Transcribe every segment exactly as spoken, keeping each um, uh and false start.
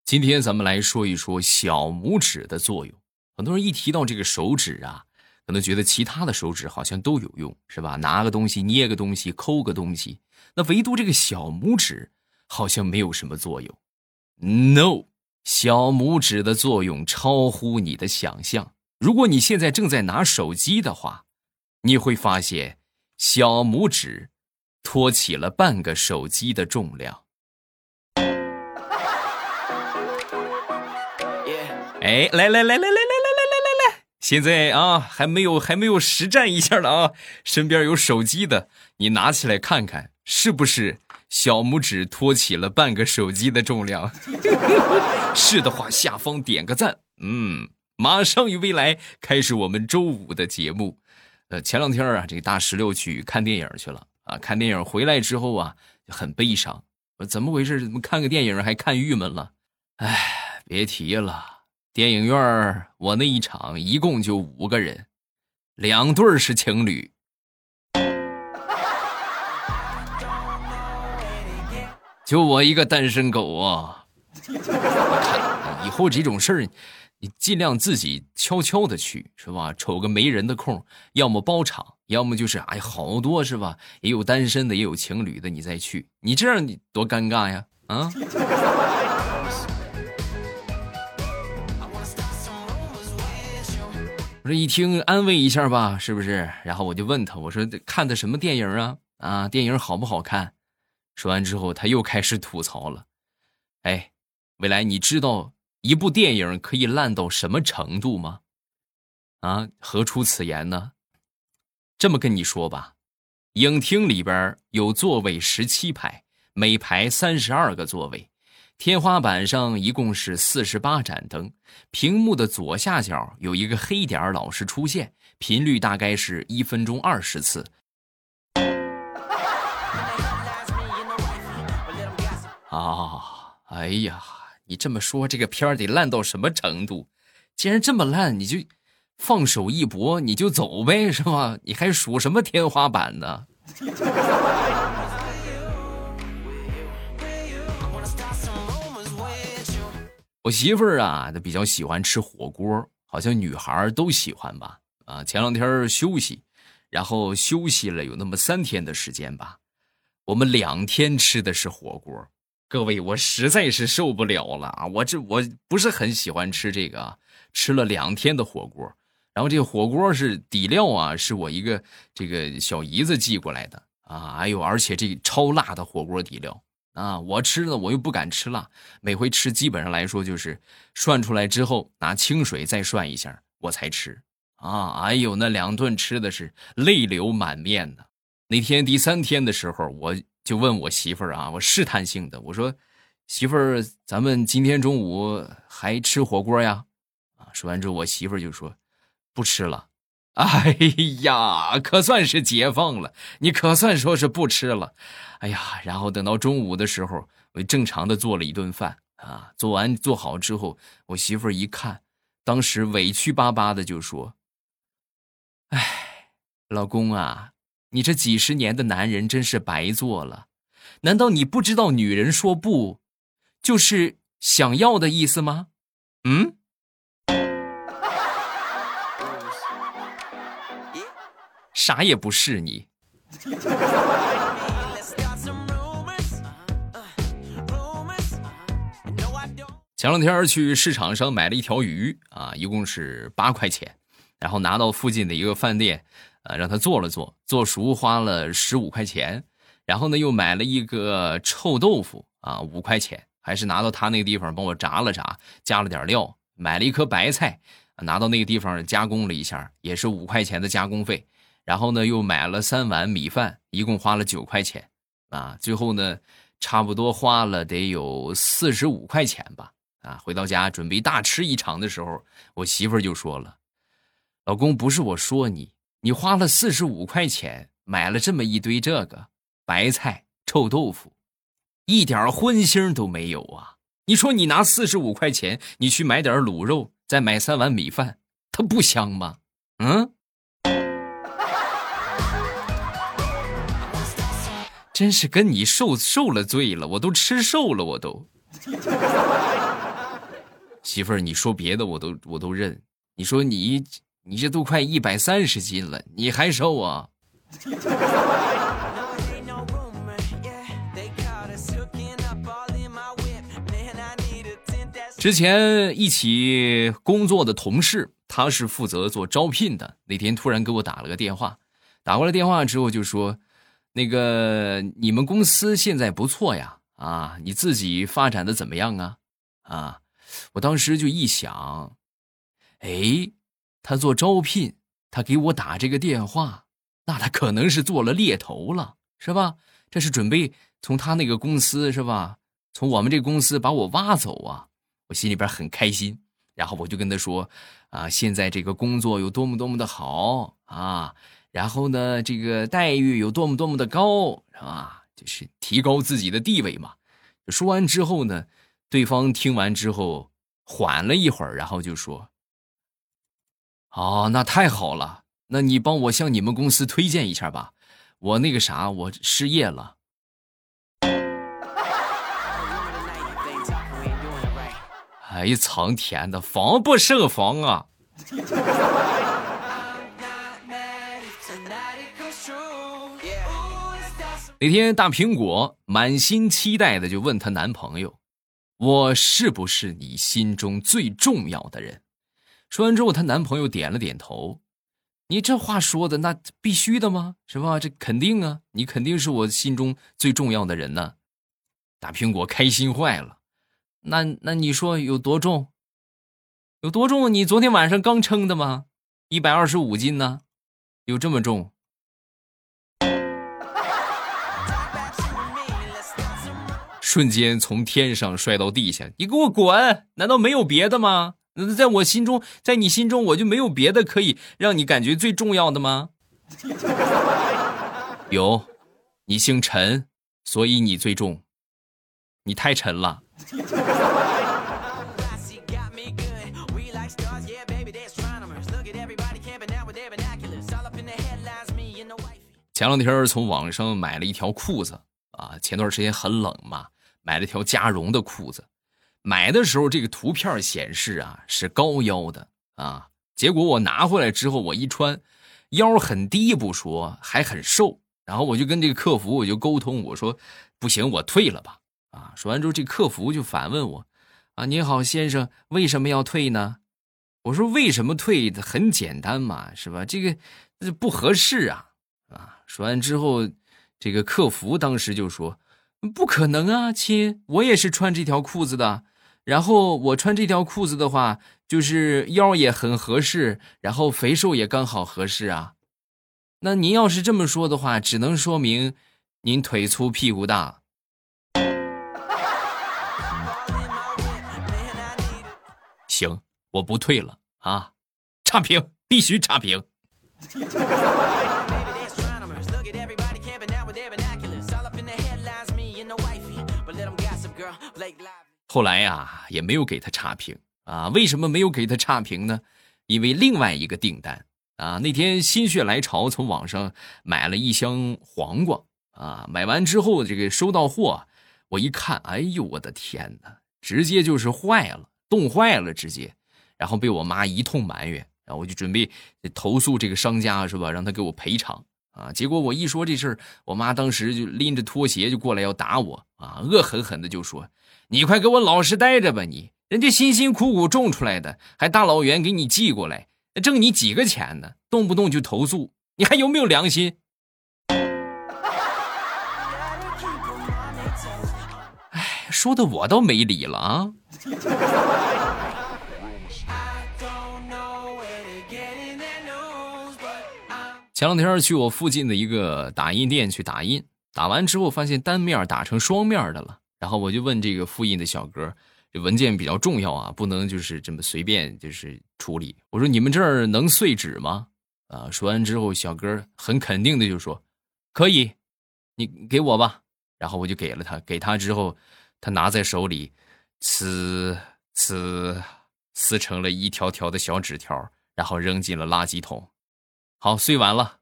今天咱们来说一说小拇指的作用。很多人一提到这个手指啊，可能觉得其他的手指好像都有用，是吧？拿个东西，捏个东西，抠个东西，那唯独这个小拇指好像没有什么作用。No， 小拇指的作用超乎你的想象。如果你现在正在拿手机的话，你会发现小拇指托起了半个手机的重量。哎，来来来来来来来来来来来，现在啊，还没有还没有实战一下的啊，身边有手机的，你拿起来看看，是不是小拇指托起了半个手机的重量？是的话，下方点个赞。嗯，马上与未来开始我们周五的节目。呃，前两天啊，这个大石榴去看电影去了啊，看电影回来之后啊，很悲伤。怎么回事？怎么看个电影还看郁闷了？哎，别提了。电影院我那一场一共就五个人，两对是情侣。就我一个单身狗啊！看以后这种事儿，你尽量自己悄悄的去，是吧？瞅个没人的空，要么包场，要么就是哎，好多是吧？也有单身的，也有情侣的，你再去，你这样你多尴尬呀！啊！我这一听安慰一下吧，是不是？然后我就问他，我说看的什么电影啊？啊，电影好不好看？说完之后，他又开始吐槽了。哎，未来，你知道一部电影可以烂到什么程度吗？啊，何出此言呢？这么跟你说吧，影厅里边有座位十七排，每排三十二个座位。天花板上一共是四十八盏灯，屏幕的左下角有一个黑点老是出现，频率大概是一分钟二十次。啊，哎呀，你这么说这个片儿得烂到什么程度？既然这么烂，你就放手一搏，你就走呗，是吧？你还数什么天花板呢？我媳妇儿啊，她比较喜欢吃火锅，好像女孩都喜欢吧。啊，前两天休息，然后休息了有那么三天的时间吧，我们两天吃的是火锅。各位，我实在是受不了了啊！我这我不是很喜欢吃这个啊，吃了两天的火锅，然后这个火锅是底料啊，是我一个这个小姨子寄过来的啊，哎呦，而且这个超辣的火锅底料。啊，我吃呢，我又不敢吃辣，每回吃基本上来说就是涮出来之后拿清水再涮一下我才吃啊。哎呦，那两顿吃的是泪流满面的。那天第三天的时候，我就问我媳妇儿啊，我试探性的我说，媳妇儿，咱们今天中午还吃火锅呀？啊，说完之后我媳妇儿就说不吃了。哎呀，可算是解放了，你可算说是不吃了。哎呀，然后等到中午的时候，我正常的做了一顿饭啊，做完做好之后，我媳妇儿一看，当时委屈巴巴的就说：“哎，老公啊，你这几十年的男人真是白做了。难道你不知道女人说不，就是想要的意思吗？嗯？”啥也不是你。前两天去市场上买了一条鱼啊，一共是八块钱，然后拿到附近的一个饭店，呃，让他做了做，做熟花了十五块钱，然后呢又买了一个臭豆腐啊，五块钱，还是拿到他那个地方帮我炸了炸，加了点料，买了一颗白菜，拿到那个地方加工了一下，也是五块钱的加工费。然后呢，又买了三碗米饭，一共花了九块钱，啊，最后呢，差不多花了得有四十五块钱吧，啊，回到家准备大吃一场的时候，我媳妇儿就说了：“老公，不是我说你，你花了四十五块钱买了这么一堆这个白菜、臭豆腐，一点荤腥都没有啊！你说你拿四十五块钱，你去买点卤肉，再买三碗米饭，它不香吗？嗯？”真是跟你受受了罪了，我都吃瘦了，我都。 媳妇儿，你说别的我都我都认。你说你你这都快一百三十斤了，你还瘦啊？之前一起工作的同事，他是负责做招聘的。那天突然给我打了个电话，打过来电话之后就说，那个你们公司现在不错呀，啊，你自己发展的怎么样啊？啊，我当时就一想，哎，他做招聘，他给我打这个电话，那他可能是做了猎头了，是吧？这是准备从他那个公司，是吧？从我们这个公司把我挖走啊！我心里边很开心，然后我就跟他说，啊，现在这个工作有多么多么的好啊，然后呢，这个待遇有多么多么的高，是吧？就是提高自己的地位嘛。说完之后呢，对方听完之后缓了一会儿，然后就说，哦，那太好了，那你帮我向你们公司推荐一下吧，我那个啥，我失业了。哎，苍天的，防不胜防啊！那天大苹果满心期待的就问她男朋友，我是不是你心中最重要的人？说完之后，她男朋友点了点头。你这话说的那必须的吗？是吧？这肯定啊，你肯定是我心中最重要的人呢。大苹果开心坏了。那那你说有多重？有多重？你昨天晚上刚称的吗？一百二十五斤呢，有这么重？瞬间从天上摔到地下，你给我滚！难道没有别的吗？在我心中，在你心中，我就没有别的可以让你感觉最重要的吗？有，你姓陈，所以你最重。你太沉了。前两天从网上买了一条裤子啊，前段时间很冷嘛，买了条加绒的裤子。买的时候这个图片显示啊是高腰的啊，结果我拿回来之后我一穿，腰很低不说，还很瘦。然后我就跟这个客服我就沟通，我说不行，我退了吧。啊，说完之后这客服就反问我，啊，您好先生，为什么要退呢？我说为什么退？很简单嘛，是吧？这个这不合适啊。啊，说完之后，这个客服当时就说，不可能啊，亲，我也是穿这条裤子的。然后我穿这条裤子的话，就是腰也很合适，然后肥瘦也刚好合适啊。那您要是这么说的话，只能说明您腿粗屁股大。行，我不退了啊，差评，必须差评。后来呀，也没有给他差评啊。为什么没有给他差评呢？因为另外一个订单啊，那天心血来潮从网上买了一箱黄瓜啊，买完之后这个收到货，我一看，哎呦我的天哪，直接就是坏了，冻坏了直接，然后被我妈一通埋怨，然后我就准备投诉这个商家是吧，让他给我赔偿啊。结果我一说这事儿，我妈当时就拎着拖鞋就过来要打我啊，恶狠狠的就说，你快给我老实待着吧你，人家辛辛苦苦种出来的，还大老远给你寄过来，挣你几个钱呢？动不动就投诉，你还有没有良心？哎，说的我倒没理了啊。前两天去我附近的一个打印店去打印，打完之后发现单面打成双面的了，然后我就问这个复印的小哥，这文件比较重要啊，不能就是这么随便就是处理。我说你们这儿能碎纸吗？啊，说完之后小哥很肯定的就说可以，你给我吧。然后我就给了他，给他之后他拿在手里呲呲撕成了一条条的小纸条，然后扔进了垃圾桶。好，碎完了。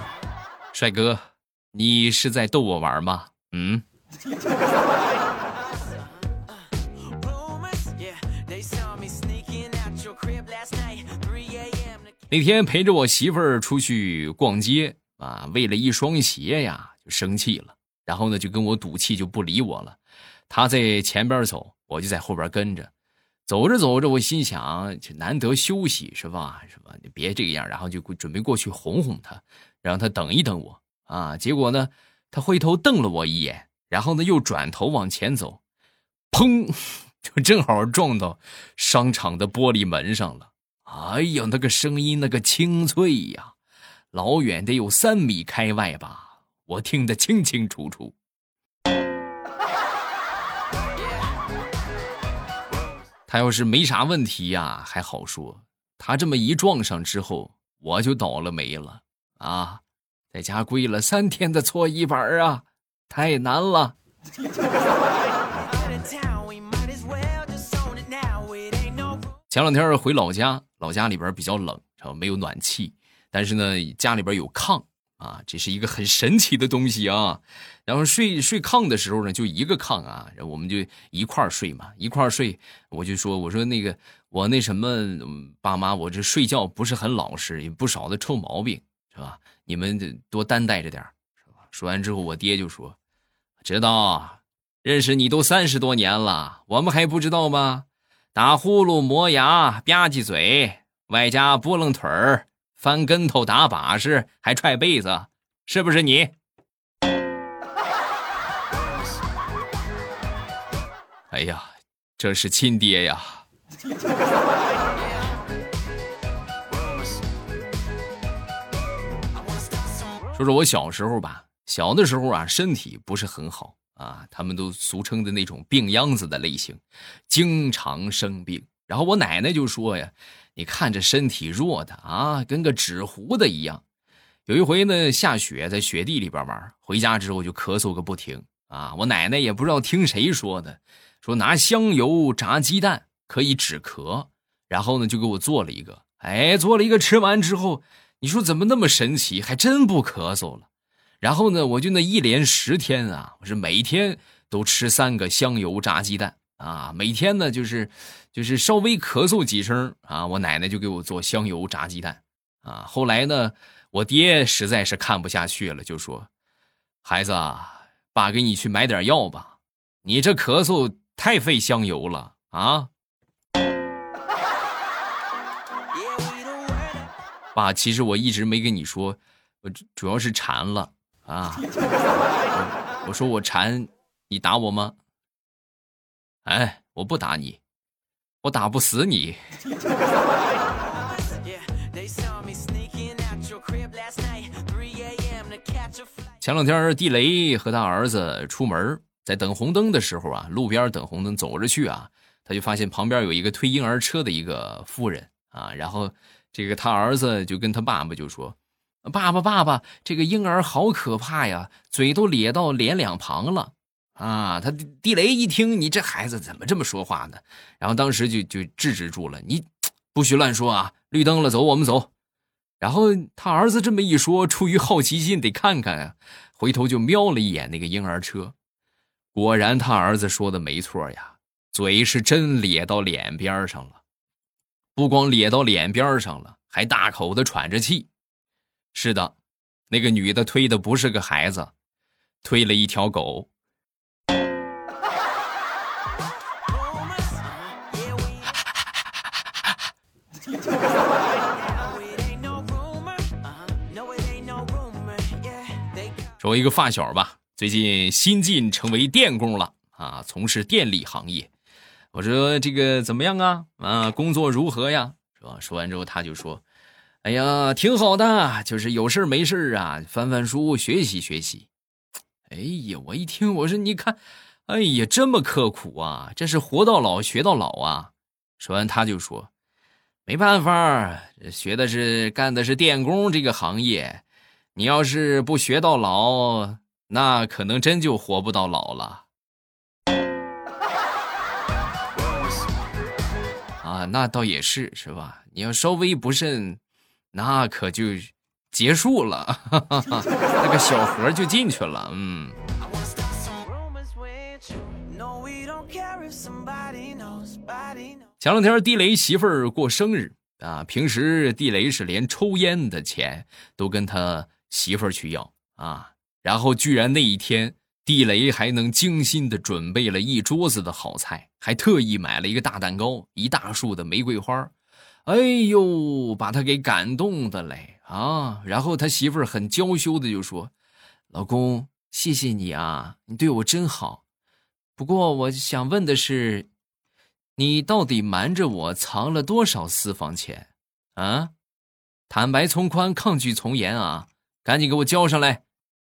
帅哥，你是在逗我玩吗？嗯。 那天陪着我媳妇儿出去逛街啊，为了一双鞋呀就生气了，然后呢就跟我赌气，就不理我了。他在前边走，我就在后边跟着。走着走着，我心想，难得休息是吧？是吧？你别这个样，然后就准备过去哄哄他，让他等一等我啊。结果呢，他回头瞪了我一眼，然后呢又转头往前走，砰，就正好撞到商场的玻璃门上了。哎呀，那个声音那个清脆呀，老远得有三米开外吧，我听得清清楚楚。他要是没啥问题呀，还好说。他这么一撞上之后，我就倒了霉了啊！在家跪了三天的搓衣板啊，太难了。前两天回老家，老家里边比较冷，没有暖气，但是呢，家里边有炕啊，这是一个很神奇的东西啊。然后睡睡炕的时候呢，就一个炕啊，然后我们就一块睡嘛，一块睡。我就说，我说那个我那什么爸妈，我这睡觉不是很老实，有不少的臭毛病，是吧？你们多担待着点，是吧？说完之后，我爹就说：“知道，认识你都三十多年了，我们还不知道吗？打呼噜、磨牙、吧唧嘴，外加拨楞腿儿、翻跟头、打把式，还踹被子，是不是你？”哎呀，这是亲爹呀！说说我小时候吧，小的时候啊，身体不是很好啊，他们都俗称的那种病秧子的类型，经常生病。然后我奶奶就说呀：“你看这身体弱的啊，跟个纸糊的一样。”有一回呢，下雪，在雪地里边玩，回家之后就咳嗽个不停啊。我奶奶也不知道听谁说的。说拿香油炸鸡蛋可以止咳，然后呢就给我做了一个，哎，做了一个，吃完之后，你说怎么那么神奇，还真不咳嗽了。然后呢，我就那一连十天啊，我是每天都吃三个香油炸鸡蛋啊，每天呢就是就是稍微咳嗽几声啊，我奶奶就给我做香油炸鸡蛋啊。后来呢，我爹实在是看不下去了，就说：“孩子啊，爸给你去买点药吧，你这咳嗽太费香油了啊！”爸，其实我一直没跟你说，我主要是馋了啊。我, 我说我馋，你打我吗？哎，我不打你，我打不死你。前两天地雷和他儿子出门，在等红灯的时候啊，路边等红灯走着去啊，他就发现旁边有一个推婴儿车的一个妇人啊，然后这个他儿子就跟他爸爸就说：“爸爸爸爸，这个婴儿好可怕呀，嘴都咧到脸两旁了啊！”他地雷一听，你这孩子怎么这么说话呢？然后当时就就制止住了，你不许乱说啊！绿灯了，走，我们走。然后他儿子这么一说，出于好奇心得看看啊，回头就瞄了一眼那个婴儿车。果然他儿子说的没错呀，嘴是真咧到脸边上了，不光咧到脸边上了，还大口的喘着气。是的，那个女的推的不是个孩子，推了一条狗。说一个发小吧，最近新晋成为电工了啊，从事电力行业。我说这个怎么样啊？啊，工作如何呀？是吧？说完之后他就说：“哎呀，挺好的，就是有事没事啊，翻翻书，学习学习。”哎呀，我一听，我说你看，哎呀，这么刻苦啊，这是活到老学到老啊。说完他就说：“没办法，学的是干的是电工这个行业。你要是不学到老，那可能真就活不到老了。”啊，那倒也是，是吧？你要稍微不慎，那可就结束了，那个小盒就进去了。嗯。前两天地雷媳妇儿过生日， 啊，平时地雷是连抽烟的钱都跟他媳妇儿去要啊，然后居然那一天地雷还能精心的准备了一桌子的好菜，还特意买了一个大蛋糕，一大束的玫瑰花。哎呦，把他给感动的嘞啊！然后他媳妇儿很娇羞的就说：“老公，谢谢你啊，你对我真好。不过我想问的是，你到底瞒着我藏了多少私房钱啊？坦白从宽，抗拒从严啊！赶紧给我交上来。”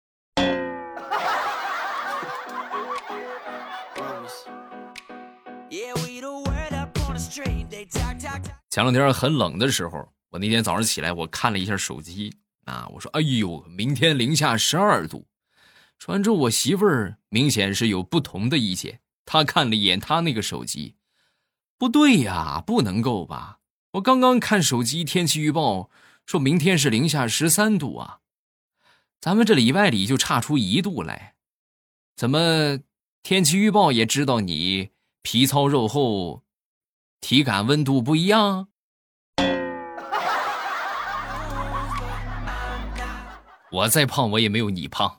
前两天很冷的时候，我那天早上起来，我看了一下手机啊，我说：“哎呦，明天零下十二度。”说完之后，我媳妇儿明显是有不同的意见，她看了一眼她那个手机，不对呀，不能够吧？我刚刚看手机天气预报，说明天是零下十三度啊，咱们这里外里就差出一度来，怎么天气预报也知道你皮糙肉厚？体感温度不一样，我再胖我也没有你胖。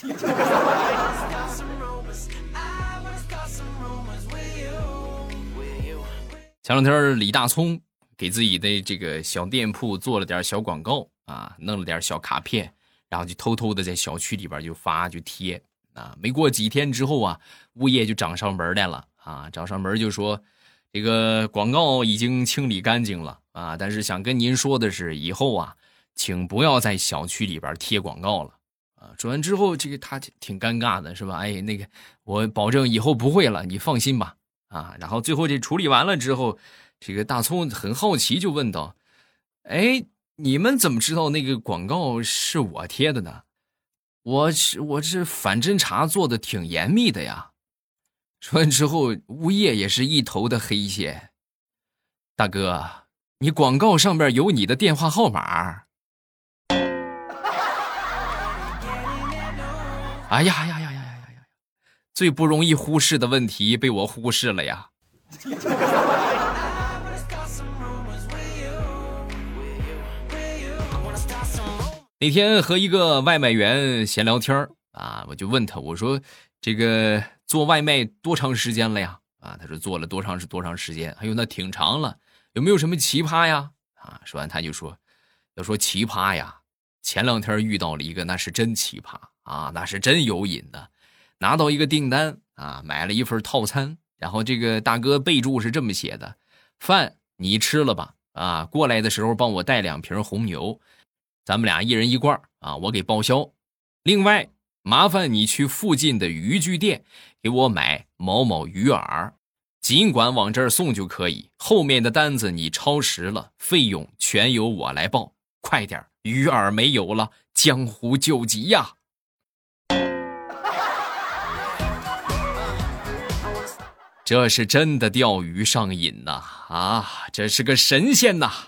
前两天李大聪给自己的这个小店铺做了点小广告啊，弄了点小卡片，然后就偷偷的在小区里边就发就贴啊。没过几天之后啊，物业就找上门来了啊，找上门就说。这个广告已经清理干净了啊，但是想跟您说的是，以后啊，请不要在小区里边贴广告了啊。说完之后，这个他挺尴尬的，是吧？哎，那个我保证以后不会了，你放心吧啊。然后最后这处理完了之后，这个大葱很好奇就问道：“哎，你们怎么知道那个广告是我贴的呢？我是我是反侦查做的挺严密的呀。”说完之后，物业也是一头的黑线。大哥，你广告上面有你的电话号码。哎呀呀呀呀呀呀呀！最不容易忽视的问题被我忽视了呀。那天和一个外卖员闲聊天啊，我就问他，我说这个做外卖多长时间了呀？啊，他说做了多长是多长时间？哎呦，那挺长了，有没有什么奇葩呀？啊，说完他就说，要说奇葩呀，前两天遇到了一个，那是真奇葩啊，那是真有瘾的。拿到一个订单啊，买了一份套餐，然后这个大哥备注是这么写的：饭你吃了吧，啊，过来的时候帮我带两瓶红牛，咱们俩一人一罐啊，我给报销。另外，麻烦你去附近的渔具店给我买某某鱼饵，尽管往这儿送就可以，后面的单子你超时了，费用全由我来报。快点，鱼饵没有了，江湖救急呀！这是真的钓鱼上瘾呐！啊，这是个神仙呐！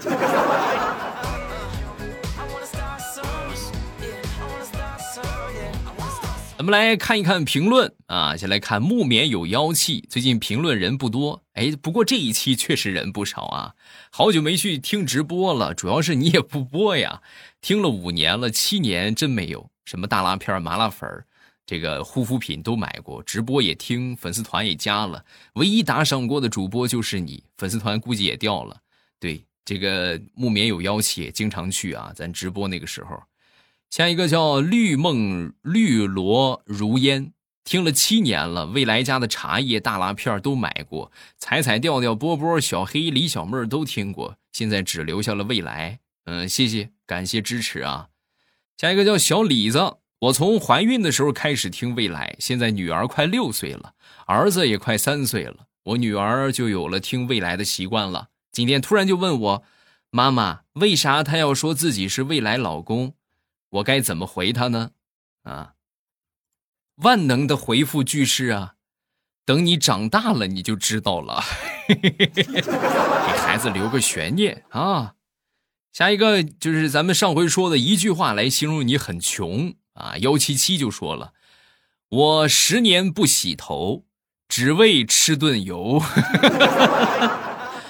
咱们来看一看评论啊，先来看木棉有妖气，最近评论人不多，哎，不过这一期确实人不少啊。好久没去听直播了，主要是你也不播呀，听了五年了，七年真没有什么大辣片、麻辣粉，这个护肤品都买过，直播也听，粉丝团也加了，唯一打赏过的主播就是你，粉丝团估计也掉了。对，这个木棉有妖气也经常去啊，咱直播那个时候。下一个叫绿梦绿罗如烟，听了七年了，未来家的茶叶大辣片都买过，彩彩调调波波小黑李小妹都听过，现在只留下了未来。嗯，谢谢，感谢支持啊。下一个叫小李子，我从怀孕的时候开始听未来，现在女儿快六岁了，儿子也快三岁了，我女儿就有了听未来的习惯了。今天突然就问我，妈妈，为啥她要说自己是未来老公？我该怎么回他呢？啊，万能的回复句式啊，等你长大了你就知道了。给孩子留个悬念啊。下一个就是咱们上回说的一句话来形容你很穷啊，一七七就说了，我十年不洗头，只为吃顿油。哎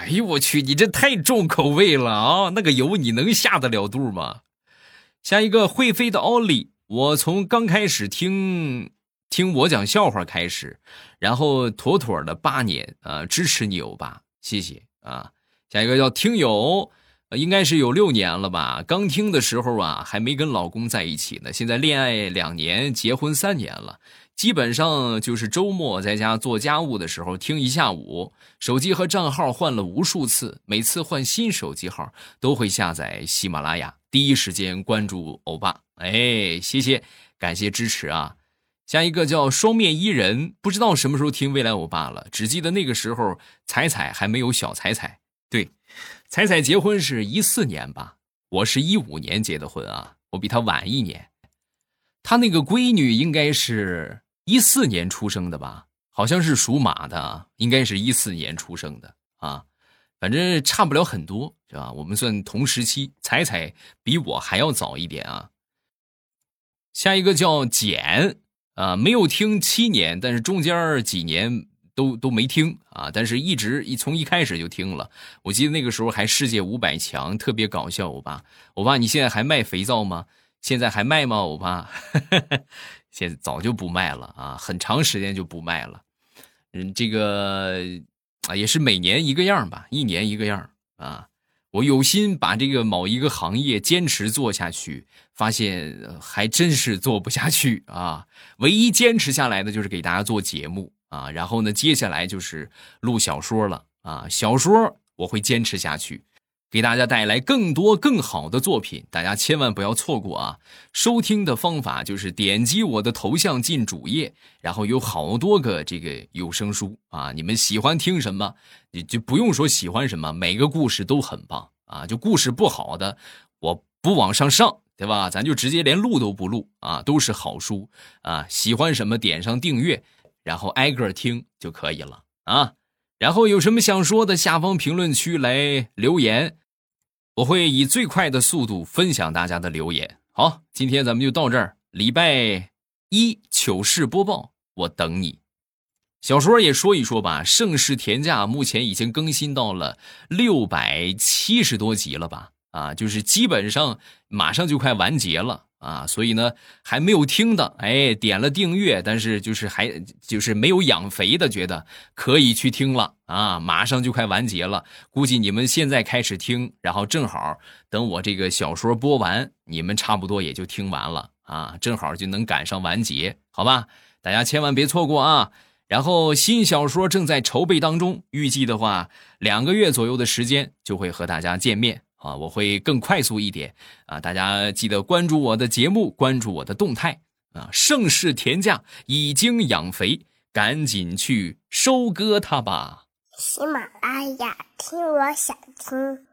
哎呦我去，你这太重口味了啊！那个油你能下得了肚吗？下一个会飞的奥利，我从刚开始听听我讲笑话开始，然后妥妥的八年啊，支持你欧巴，谢谢啊。下一个叫听友，应该是有六年了吧？刚听的时候啊，还没跟老公在一起呢，现在恋爱两年，结婚三年了。基本上就是周末在家做家务的时候听一下午，手机和账号换了无数次，每次换新手机号都会下载喜马拉雅，第一时间关注欧巴。哎，谢谢，感谢支持啊！下一个叫双面伊人，不知道什么时候听未来欧巴了，只记得那个时候彩彩还没有小彩彩。对，彩彩结婚是一四年吧，我是一五年结的婚啊，我比她晚一年。她那个闺女应该是一四年出生的吧，好像是属马的，应该是一四年出生的啊，反正差不了很多，是吧？我们算同时期，彩彩比我还要早一点啊。下一个叫简啊，没有听七年，但是中间几年都都没听啊，但是一直一从一开始就听了。我记得那个时候还世界五百强，特别搞笑。欧巴，欧巴，你现在还卖肥皂吗？现在还卖吗？欧巴？现在早就不卖了啊，很长时间就不卖了。嗯，这个啊也是每年一个样吧，一年一个样啊。我有心把这个某一个行业坚持做下去，发现还真是做不下去啊。唯一坚持下来的就是给大家做节目啊，然后呢，接下来就是录小说了啊。小说我会坚持下去，给大家带来更多更好的作品，大家千万不要错过啊！收听的方法就是点击我的头像进主页，然后有好多个这个有声书啊，你们喜欢听什么，你就不用说喜欢什么，每个故事都很棒啊！就故事不好的，我不往上上，对吧？咱就直接连录都不录啊，都是好书啊！喜欢什么点上订阅，然后挨个听就可以了啊！然后有什么想说的，下方评论区来留言，我会以最快的速度分享大家的留言。好，今天咱们就到这儿，礼拜一糗事播报，我等你。小说也说一说吧，盛世田价目前已经更新到了六百七十多集了吧？啊，就是基本上马上就快完结了啊，所以呢还没有听的，哎，点了订阅，但是就是还就是没有养肥的，觉得可以去听了啊，马上就快完结了，估计你们现在开始听，然后正好等我这个小说播完，你们差不多也就听完了啊，正好就能赶上完结，好吧？大家千万别错过啊！然后新小说正在筹备当中，预计的话两个月左右的时间就会和大家见面啊，我会更快速一点啊，大家记得关注我的节目，关注我的动态啊。盛世田价已经养肥，赶紧去收割它吧。 喜马拉雅，听我想听。